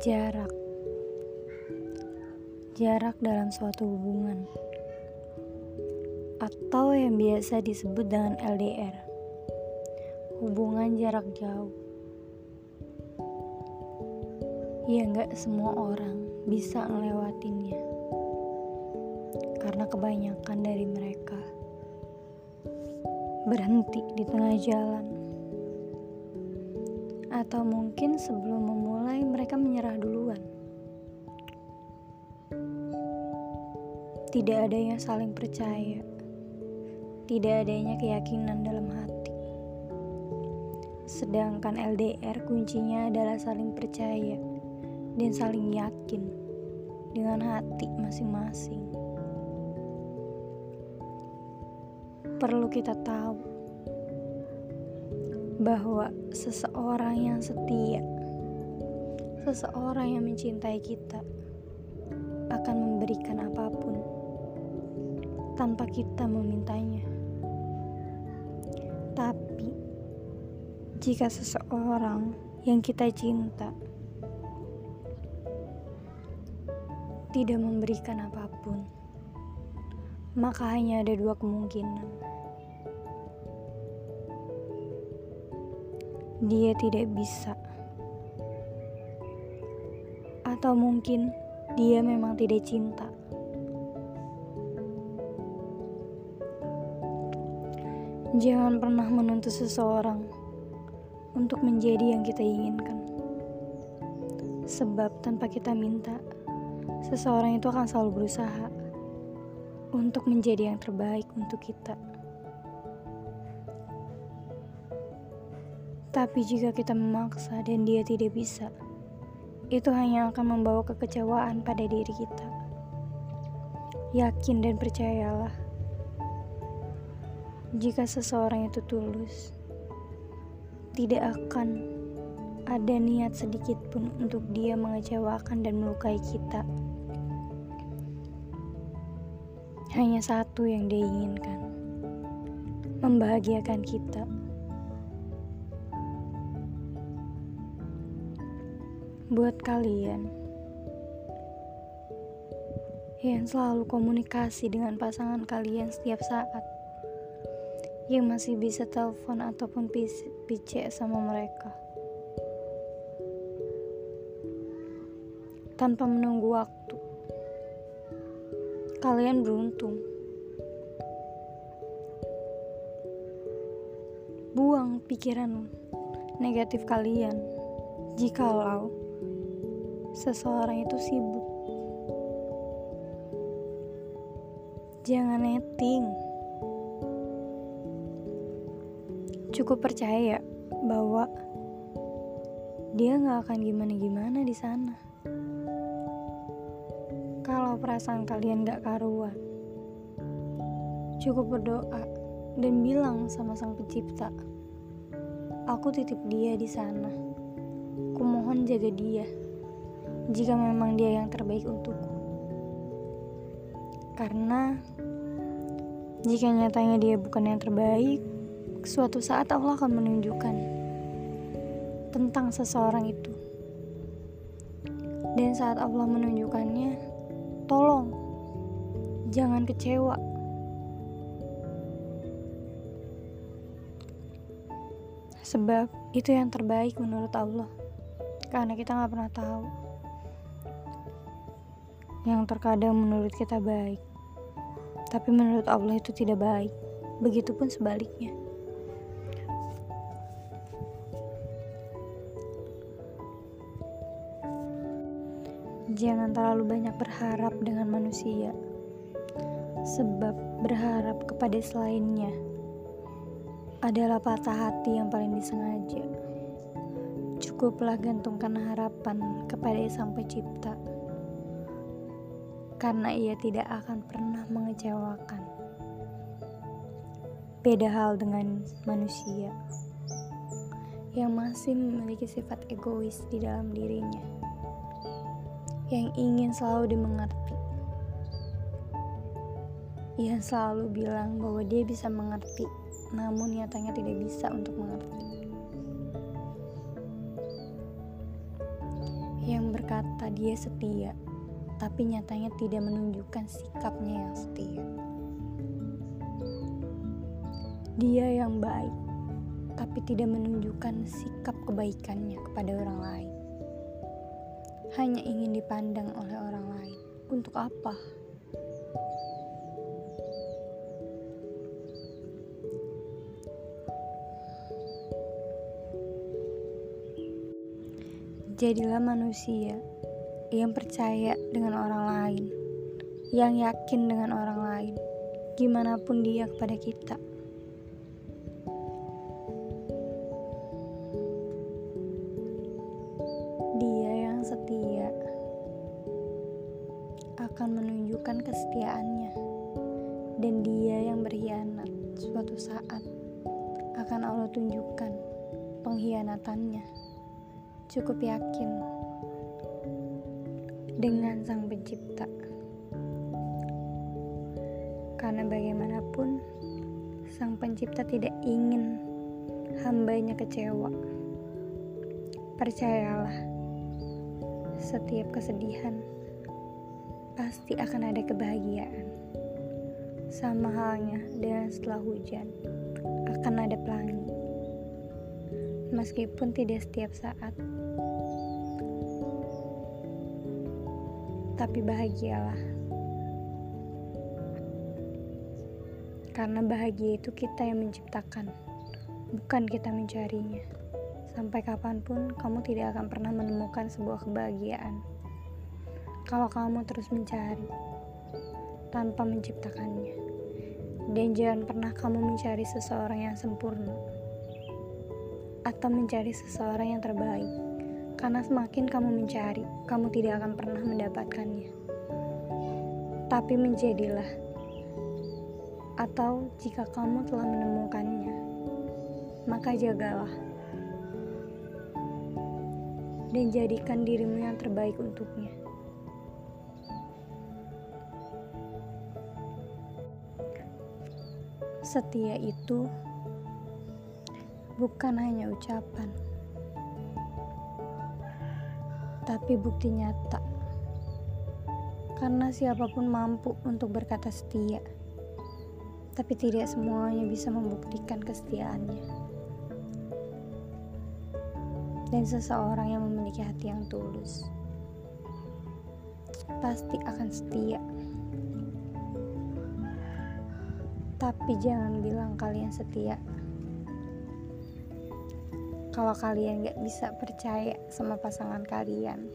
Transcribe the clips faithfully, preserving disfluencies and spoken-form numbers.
Jarak. Jarak dalam suatu hubungan, atau yang biasa disebut dengan L D R, hubungan jarak jauh. Ya, gak semua orang bisa ngelewatinnya, karena kebanyakan dari mereka berhenti di tengah jalan, atau mungkin sebelum memulai mereka menyerah duluan. Tidak adanya saling percaya, tidak adanya keyakinan dalam hati. Sedangkan L D R kuncinya adalah saling percaya dan saling yakin dengan hati masing-masing. Perlu kita tahu bahwa seseorang yang setia, seseorang yang mencintai kita, akan memberikan apapun tanpa kita memintanya. Tapi jika seseorang yang kita cinta tidak memberikan apapun, maka hanya ada dua kemungkinan. Dia tidak bisa, atau mungkin dia memang tidak cinta. Jangan pernah menuntut seseorang untuk menjadi yang kita inginkan, sebab tanpa kita minta, seseorang itu akan selalu berusaha untuk menjadi yang terbaik untuk kita. Tapi jika kita memaksa dan dia tidak bisa, itu hanya akan membawa kekecewaan pada diri kita. Yakin dan percayalah, jika seseorang itu tulus, tidak akan ada niat sedikit pun untuk dia mengecewakan dan melukai kita. Hanya satu yang dia inginkan, membahagiakan kita. Buat kalian yang selalu komunikasi dengan pasangan kalian setiap saat, yang masih bisa telepon ataupun P C sama mereka tanpa menunggu waktu, kalian beruntung. Buang pikiran negatif kalian jikalau seseorang itu sibuk. Jangan netting. Cukup percaya bahwa dia gak akan gimana-gimana di sana. Kalau perasaan kalian gak karuan, cukup berdoa dan bilang sama Sang Pencipta, aku titip dia di sana. Kumohon jaga dia, jika memang dia yang terbaik untukku. Karena jika nyatanya dia bukan yang terbaik, suatu saat Allah akan menunjukkan tentang seseorang itu. Dan saat Allah menunjukkannya, tolong jangan kecewa. Sebab itu yang terbaik menurut Allah. Karena kita gak pernah tahu yang terkadang menurut kita baik, tapi menurut Allah itu tidak baik. Begitupun sebaliknya. Jangan terlalu banyak berharap dengan manusia, sebab berharap kepada selainnya adalah patah hati yang paling disengaja. Cukuplah gantungkan harapan kepada Sang Pencipta, karena Ia tidak akan pernah mengecewakan. Beda hal dengan manusia yang masih memiliki sifat egois di dalam dirinya, yang ingin selalu dimengerti, yang selalu bilang bahwa dia bisa mengerti, namun nyatanya tidak bisa untuk mengerti. yang berkata dia setia, tapi nyatanya tidak menunjukkan sikapnya yang setia. Dia yang baik, tapi tidak menunjukkan sikap kebaikannya kepada orang lain. Hanya ingin dipandang oleh orang lain. Untuk apa? Jadilah manusia yang percaya dengan orang lain, yang yakin dengan orang lain, gimana pun dia kepada kita. Dia yang setia akan menunjukkan kesetiaannya, dan dia yang berkhianat suatu saat akan Allah tunjukkan pengkhianatannya. Cukup yakin dengan Sang Pencipta, karena bagaimanapun Sang Pencipta tidak ingin hambanya kecewa. Percayalah, setiap kesedihan pasti akan ada kebahagiaan. Sama halnya dengan setelah hujan akan ada pelangi. Meskipun tidak setiap saat, tapi bahagialah. Karena bahagia itu kita yang menciptakan, bukan kita mencarinya. Sampai kapanpun kamu tidak akan pernah menemukan sebuah kebahagiaan kalau kamu terus mencari tanpa menciptakannya. Dan jangan pernah kamu mencari seseorang yang sempurna atau mencari seseorang yang terbaik, karena semakin kamu mencari, kamu tidak akan pernah mendapatkannya. Tapi menjadilah, atau jika kamu telah menemukannya, maka jagalah dan jadikan dirimu yang terbaik untuknya. Setia itu bukan hanya ucapan, tapi bukti nyata. Karena siapapun mampu untuk berkata setia, tapi tidak semuanya bisa membuktikan kesetiaannya. Dan seseorang yang memiliki hati yang tulus pasti akan setia. Tapi jangan bilang kalian setia kalau kalian gak bisa percaya sama pasangan kalian.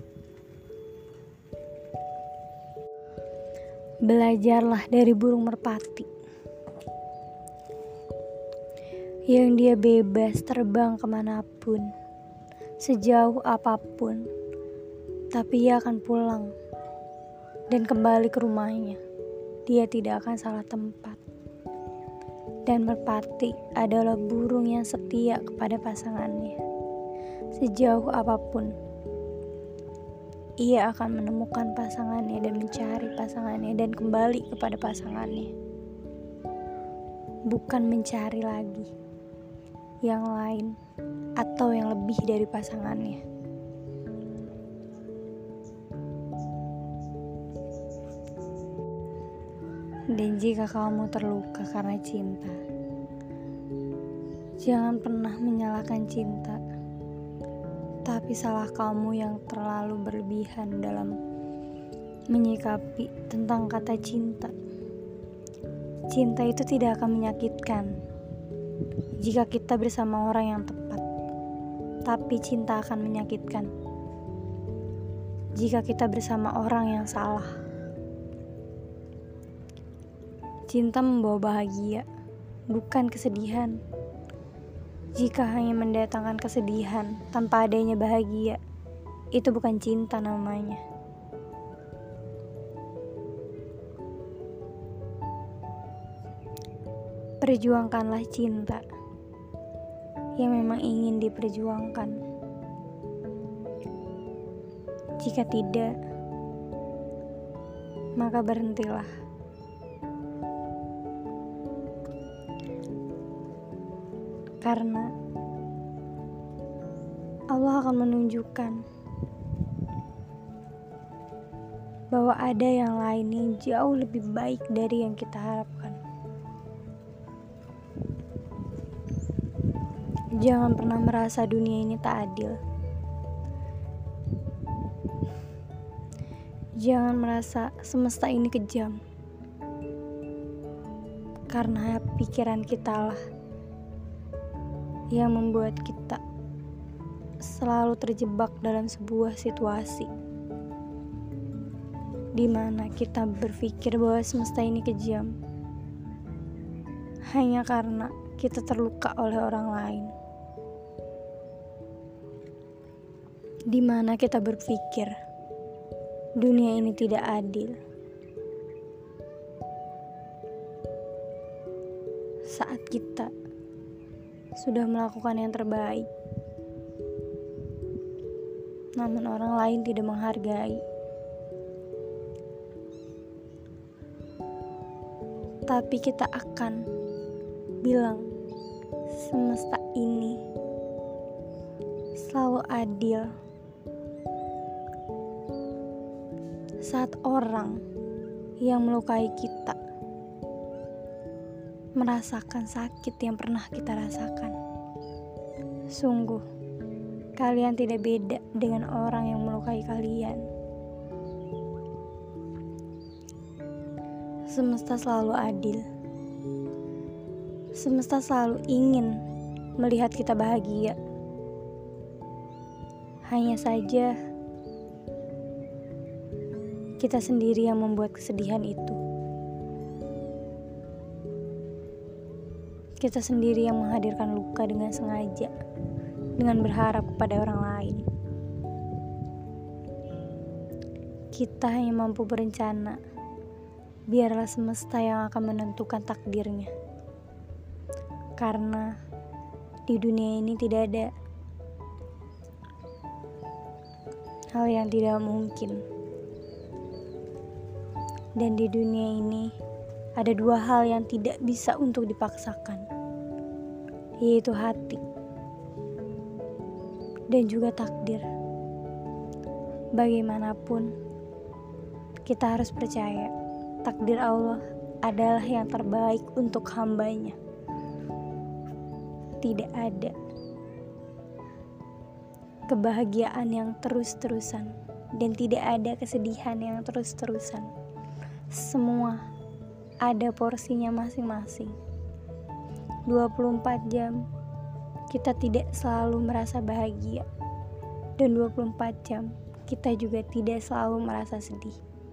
Belajarlah dari burung merpati yang dia bebas terbang kemanapun, sejauh apapun, tapi ia akan pulang dan kembali ke rumahnya. Dia tidak akan salah tempat. Dan merpati adalah burung yang setia kepada pasangannya. Sejauh apapun, ia akan menemukan pasangannya dan mencari pasangannya dan kembali kepada pasangannya. Bukan mencari lagi yang lain atau yang lebih dari pasangannya. Dan jika kamu terluka karena cinta, jangan pernah menyalahkan cinta, tapi salah kamu yang terlalu berlebihan dalam menyikapi tentang kata cinta. Cinta itu tidak akan menyakitkan jika kita bersama orang yang tepat, tapi cinta akan menyakitkan jika kita bersama orang yang salah. Cinta membawa bahagia, bukan kesedihan. Jika hanya mendatangkan kesedihan tanpa adanya bahagia, itu bukan cinta namanya. Perjuangkanlah cinta yang memang ingin diperjuangkan. Jika tidak, maka berhentilah. Karena Allah akan menunjukkan bahwa ada yang lain yang jauh lebih baik dari yang kita harapkan. Jangan pernah merasa dunia ini tak adil. Jangan merasa semesta ini kejam, karena pikiran kita lah yang membuat kita selalu terjebak dalam sebuah situasi di mana kita berpikir bahwa semesta ini kejam hanya karena kita terluka oleh orang lain, di mana kita berpikir dunia ini tidak adil. Saat kita sudah melakukan yang terbaik, namun orang lain tidak menghargai. Tapi kita akan bilang semesta ini selalu adil saat orang yang melukai kita merasakan sakit yang pernah kita rasakan. Sungguh, kalian tidak beda dengan orang yang melukai kalian. Semesta selalu adil. Semesta selalu ingin melihat kita bahagia. Hanya saja kita sendiri yang membuat kesedihan itu. Kita sendiri yang menghadirkan luka dengan sengaja, dengan berharap kepada orang lain. Kita hanya mampu berencana, biarlah semesta yang akan menentukan takdirnya. Karena di dunia ini tidak ada hal yang tidak mungkin. Dan di dunia ini ada dua hal yang tidak bisa untuk dipaksakan, yaitu hati dan juga takdir. Bagaimanapun, kita harus percaya takdir Allah adalah yang terbaik untuk hambanya. Tidak ada kebahagiaan yang terus-terusan dan tidak ada kesedihan yang terus-terusan. Semua ada porsinya masing-masing. dua puluh empat jam kita tidak selalu merasa bahagia, dan dua puluh empat jam kita juga tidak selalu merasa sedih.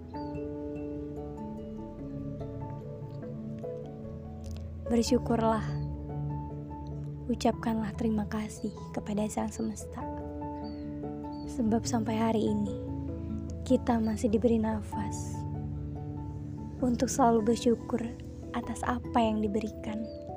Bersyukurlah, ucapkanlah terima kasih kepada Sang Semesta, sebab sampai hari ini kita masih diberi nafas untuk selalu bersyukur atas apa yang diberikan.